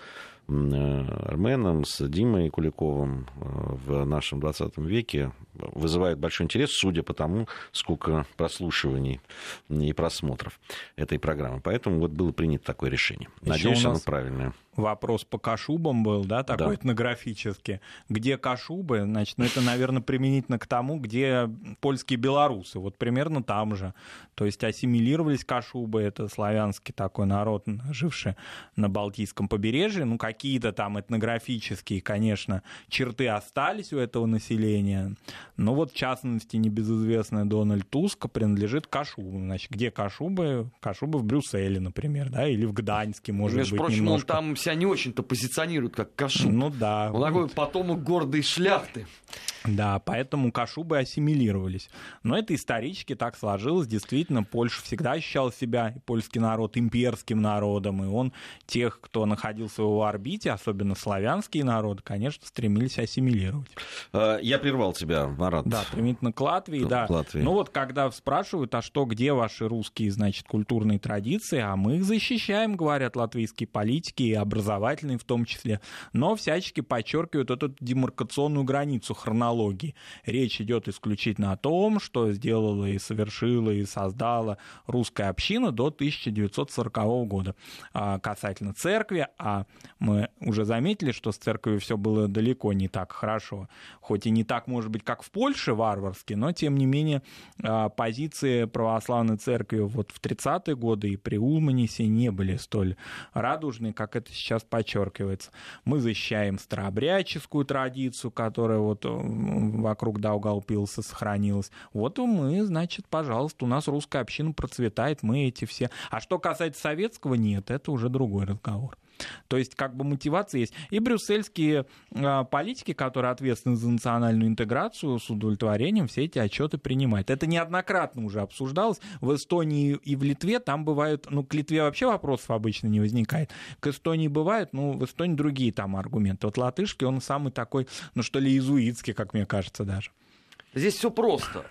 Speaker 1: Арменом, с Димой Куликовым в нашем двадцатом веке, вызывает большой интерес, судя по тому, сколько прослушиваний и просмотров этой программы. Поэтому вот было принято такое решение. Надеюсь, оно правильное.
Speaker 4: Вопрос по Кашубам был, да, такой
Speaker 1: да.
Speaker 4: этнографический. Где Кашубы? Значит, ну, это, наверное, применительно к тому, где польские белорусы. Вот примерно там же. То есть ассимилировались Кашубы, это славянский такой народ, живший на Балтийском побережье. Ну, какие-то там этнографические, конечно, черты остались у этого населения. Но вот, в частности, небезызвестная Дональд Туск принадлежит Кашубам. Значит, где Кашубы? Кашубы в Брюсселе, например, да, или в Гданьске, может
Speaker 3: Между
Speaker 4: быть,
Speaker 3: прочим,
Speaker 4: немножко.
Speaker 3: Он там себя не очень-то позиционирует как Кашуб.
Speaker 4: Ну да.
Speaker 3: Он такой потомок гордой шляхты.
Speaker 4: Да, поэтому Кашубы ассимилировались. Но это исторически так сложилось. Действительно, Польша всегда ощущала себя, польский народ, имперским народом. И он тех, кто находился в его орбите, особенно славянские народы, конечно, стремились ассимилировать.
Speaker 1: Я прервал тебя, Марат.
Speaker 4: Да, применительно к Латвии, да.
Speaker 1: Латвии.
Speaker 4: Ну вот, когда спрашивают, а что, где ваши русские, значит, культурные традиции, а мы их защищаем, говорят латвийские политики, и образовательные в том числе, но всячески подчеркивают эту демаркационную границу хронологии. Речь идет исключительно о том, что сделала и совершила и создала русская община до тысяча девятьсот сорокового года. А касательно церкви, а мы уже заметили, что с церковью все было далеко не так хорошо, хоть и не так, может быть, как в Польше варварски, но тем не менее позиции православной церкви вот в тридцатые годы и при Улманисе не были столь радужные, как это сейчас подчеркивается. Мы защищаем старообрядческую традицию, которая вот вокруг Даугавпилса сохранилась. Вот мы, значит, пожалуйста, у нас русская община процветает, мы эти все. А что касается советского, нет, это уже другой разговор. То есть, как бы мотивация есть. И брюссельские э, политики, которые ответственны за национальную интеграцию, с удовлетворением все эти отчеты принимают. Это неоднократно уже обсуждалось. В Эстонии и в Литве там бывают, ну, к Литве вообще вопросов обычно не возникает. К Эстонии бывают, ну, в Эстонии другие там аргументы. Вот латышский, он самый такой, ну, что ли, иезуитский, как мне кажется, даже.
Speaker 3: Здесь все просто.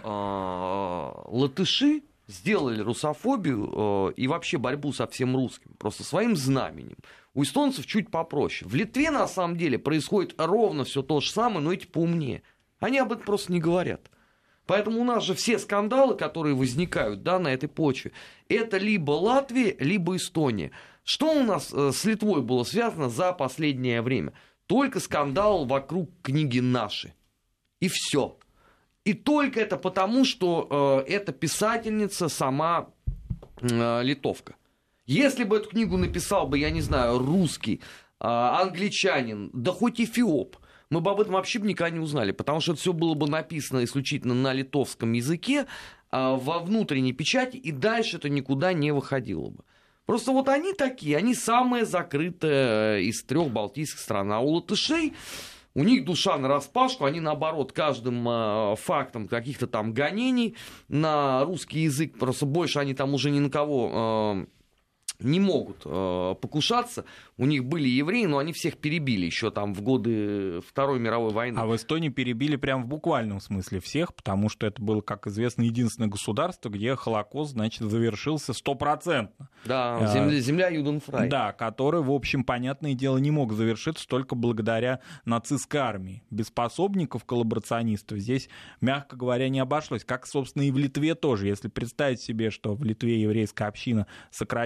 Speaker 3: Латыши сделали русофобию и вообще борьбу со всем русским просто своим знаменем. У эстонцев чуть попроще. В Литве, на самом деле, происходит ровно все то же самое, но эти поумнее. Они об этом просто не говорят. Поэтому у нас же все скандалы, которые возникают, да, на этой почве, это либо Латвия, либо Эстония. Что у нас с Литвой было связано за последнее время? Только скандал вокруг книги «Наши». И все. И только это потому, что э, эта писательница сама э, литовка. Если бы эту книгу написал бы, я не знаю, русский, э, англичанин, да хоть эфиоп, мы бы об этом вообще никогда не узнали, потому что это все было бы написано исключительно на литовском языке, э, во внутренней печати, и дальше это никуда не выходило бы. Просто вот они такие, они самая закрытая из трех балтийских стран. А у латышей... У них душа нараспашку, они, наоборот, каждым э, фактом каких-то там гонений на русский язык, просто больше они там уже ни на кого э, не могут э, покушаться. У них были евреи, но они всех перебили еще там в годы Второй мировой войны.
Speaker 4: А в Эстонии перебили прям в буквальном смысле всех, потому что это было, как известно, единственное государство, где Холокост, значит, завершился стопроцентно.
Speaker 3: Да, земля, земля Юденфрай.
Speaker 4: Да, который, в общем, понятное дело, не мог завершиться только благодаря нацистской армии. Без пособников, коллаборационистов здесь, мягко говоря, не обошлось. Как, собственно, и в Литве тоже. Если представить себе, что в Литве еврейская община сократилась, очень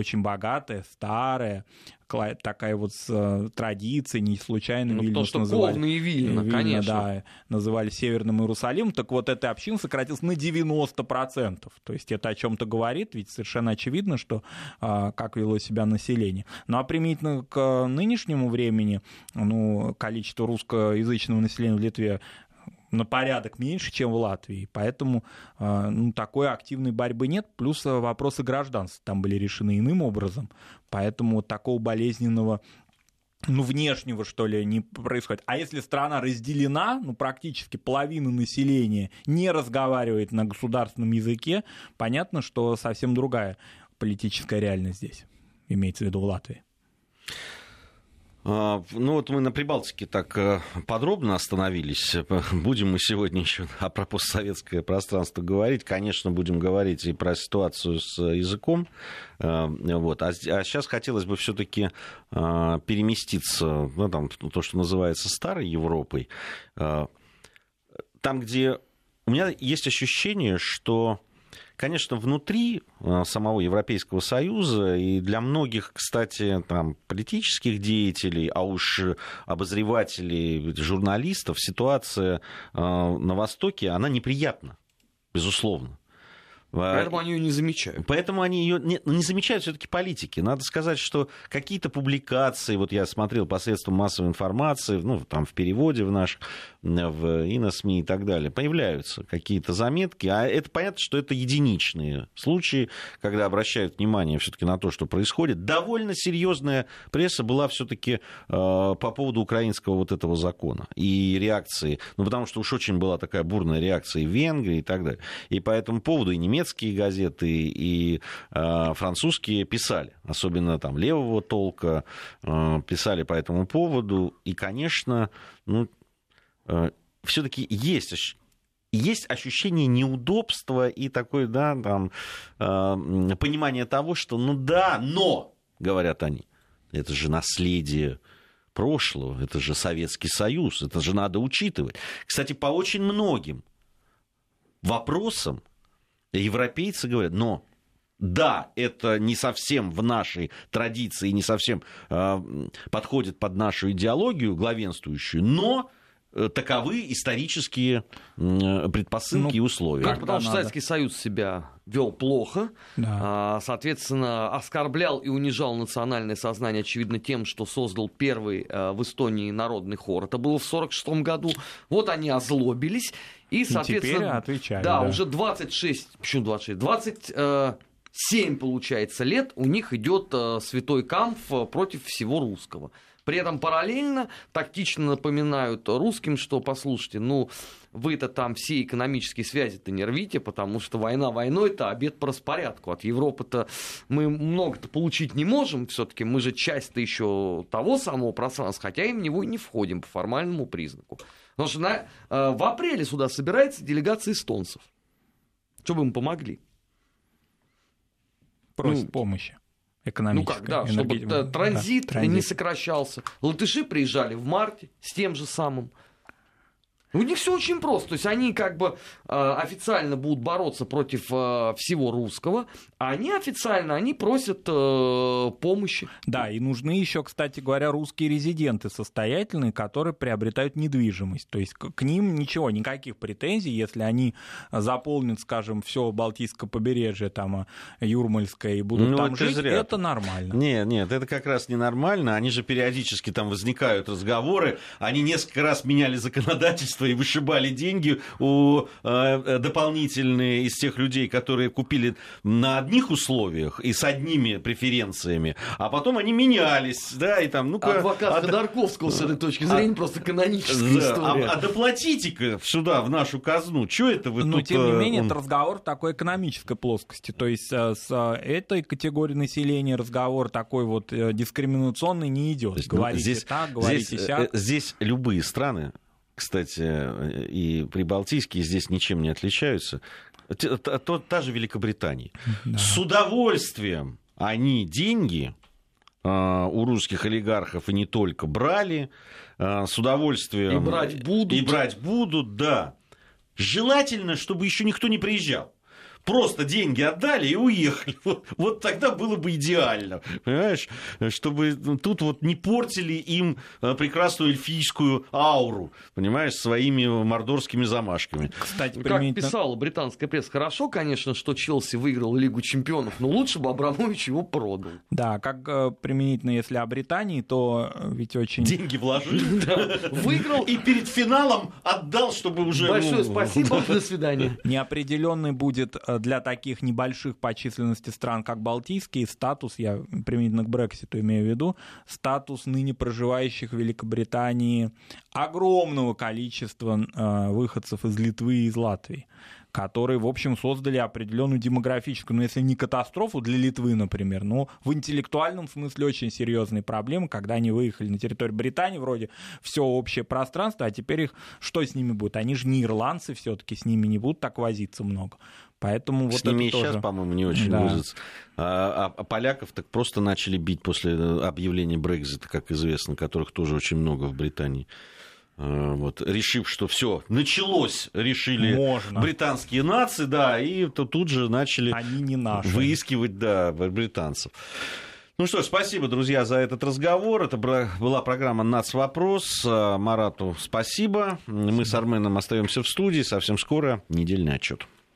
Speaker 4: очень богатая, старая, такая вот с традицией, не случайно
Speaker 3: ну,
Speaker 4: Вильнюс
Speaker 3: то, что
Speaker 4: называли.
Speaker 3: Ковна и Вильна,
Speaker 4: Вильна,
Speaker 3: конечно.
Speaker 4: Да, называли Северным Иерусалимом. Так вот, эта община сократилась на девяносто процентов. То есть это о чем-то говорит, ведь совершенно очевидно, что как вело себя население. Ну а применительно к нынешнему времени, ну, количество русскоязычного населения в Литве на порядок меньше, чем в Латвии, поэтому ну, такой активной борьбы нет, плюс вопросы гражданства там были решены иным образом, поэтому вот такого болезненного, ну, внешнего, что ли, не происходит. А если страна разделена, ну, практически половина населения не разговаривает на государственном языке, понятно, что совсем другая политическая реальность здесь, имеется в виду в Латвии.
Speaker 1: Ну вот мы на Прибалтике так подробно остановились. Будем мы сегодня еще про постсоветское пространство говорить. Конечно, будем говорить и про ситуацию с языком. Вот. А сейчас хотелось бы все-таки переместиться, ну, там, то, что называется старой Европой. Там, где у меня есть ощущение, что, конечно, внутри самого Европейского Союза и для многих, кстати, там, политических деятелей, а уж обозревателей, журналистов, ситуация на Востоке, она неприятна, безусловно.
Speaker 3: Поэтому они ее не замечают.
Speaker 1: Поэтому они ее не, не замечают все-таки политики. Надо сказать, что какие-то публикации, вот я смотрел посредством массовой информации, ну, там в переводе в наш, в и на СМИ и так далее, появляются какие-то заметки. А это понятно, что это единичные случаи, когда обращают внимание все-таки на то, что происходит. Довольно серьезная пресса была все-таки э, по поводу украинского вот этого закона и реакции. Ну, потому что уж очень была такая бурная реакция и в Венгрии и так далее. И по этому поводу и немецкие Немецкие газеты и э, французские писали, особенно там левого толка, э, писали по этому поводу. И, конечно, ну, э, все-таки есть, есть ощущение неудобства и такое, да, там, э, понимание того, что, ну да, но, говорят они, это же наследие прошлого, это же Советский Союз, это же надо учитывать. Кстати, по очень многим вопросам европейцы говорят, но да, это не совсем в нашей традиции, не совсем э, подходит под нашу идеологию главенствующую, но э, таковы исторические э, предпосылки ну, и условия.
Speaker 3: Как потому что надо. Советский Союз себя вел плохо, да. Соответственно, оскорблял и унижал национальное сознание, очевидно, тем, что создал первый э, в Эстонии народный хор. Это было в сорок шестом году. Вот они озлобились. И, соответственно,
Speaker 4: теперь отвечали,
Speaker 3: да,
Speaker 4: да,
Speaker 3: уже двадцать шесть, почему двадцать шесть, двадцать семь, получается, лет у них идет святой камф против всего русского. При этом параллельно тактично напоминают русским, что, послушайте, ну, вы-то там все экономические связи-то не рвите, потому что война войной-то, обет по распорядку. От Европы-то мы много-то получить не можем, все-таки мы же часть-то еще того самого пространства, хотя и в него и не входим по формальному признаку. Потому что на, э, в апреле сюда собирается делегация эстонцев. Чтобы им помогли.
Speaker 4: Просят ну, помощи экономической.
Speaker 3: Ну как, да, чтобы энергетики... транзит, да, транзит не сокращался. Латыши приезжали в марте с тем же самым. У них все очень просто. То есть они как бы э, официально будут бороться против э, всего русского, а они официально они просят э, помощи.
Speaker 4: Да, и нужны еще, кстати говоря, русские резиденты состоятельные, которые приобретают недвижимость. То есть к, к ним ничего, никаких претензий, если они заполнят, скажем, все Балтийское побережье, там, Юрмальское, и будут ну, там это жить, зря. Это нормально.
Speaker 1: Нет, нет, это как раз ненормально. Они же периодически там возникают разговоры, они несколько раз меняли законодательство и вышибали деньги у э, дополнительные из тех людей, которые купили на одних условиях и с одними преференциями, а потом они менялись, да, и там, ну-ка...
Speaker 3: Адвокат а, Ходорковского с этой точки зрения а, просто каноническая да, история.
Speaker 1: А, а доплатите-ка сюда, в нашу казну, что это вы
Speaker 4: Но,
Speaker 1: тут...
Speaker 4: тем не менее,
Speaker 1: он...
Speaker 4: это разговор в такой экономической плоскости, то есть с этой категорией населения разговор такой вот дискриминационный не идет.
Speaker 1: Есть,
Speaker 4: говорите
Speaker 1: ну, здесь,
Speaker 4: так, говорите
Speaker 1: здесь,
Speaker 4: сяк.
Speaker 1: Здесь любые страны, кстати, и прибалтийские здесь ничем не отличаются. Та, та, та же Великобритания. Да. С удовольствием они деньги э, у русских олигархов и не только брали, э, с удовольствием...
Speaker 3: И брать будут.
Speaker 1: И брать будут, да. Желательно, чтобы еще никто не приезжал. просто деньги отдали и уехали. Вот, вот тогда было бы идеально, понимаешь? Чтобы тут вот не портили им прекрасную эльфийскую ауру, понимаешь, своими мордорскими замашками.
Speaker 4: Кстати,
Speaker 3: Как
Speaker 4: применительно...
Speaker 3: писала британская пресса, хорошо, конечно, что Челси выиграл Лигу чемпионов, но лучше бы Абрамович его продал.
Speaker 4: Да, как э, применительно, если о Британии, то ведь очень...
Speaker 1: Деньги вложили,
Speaker 3: Выиграл.
Speaker 1: и перед финалом отдал, чтобы уже...
Speaker 3: Большое спасибо, до свидания.
Speaker 4: Неопределенный будет для таких небольших по численности стран, как Балтийские, статус, я применительно к Брекситу имею в виду, статус ныне проживающих в Великобритании огромного количества э, выходцев из Литвы и из Латвии, которые, в общем, создали определенную демографическую, ну, если не катастрофу для Литвы, например, но в интеллектуальном смысле очень серьезные проблемы, когда они выехали на территорию Британии, вроде все общее пространство, а теперь их, что с ними будет? Они же не ирландцы все-таки, с ними не будут так возиться много. Поэтому
Speaker 1: с
Speaker 4: вот
Speaker 1: ними и
Speaker 4: это
Speaker 1: сейчас,
Speaker 4: тоже...
Speaker 1: по-моему, не очень
Speaker 4: да.
Speaker 1: возятся. А, а поляков так просто начали бить после объявления Брексита, как известно, которых тоже очень много в Британии. Вот, решив, что все началось, решили
Speaker 4: Можно.
Speaker 1: британские нации, да, и то тут же начали
Speaker 4: Они не наши.
Speaker 1: выискивать, да, британцев. Ну что ж, спасибо, друзья, за этот разговор. Это была программа «Нацвопрос». Марату спасибо. Мы с Арменом остаемся в студии. Совсем скоро недельный отчет.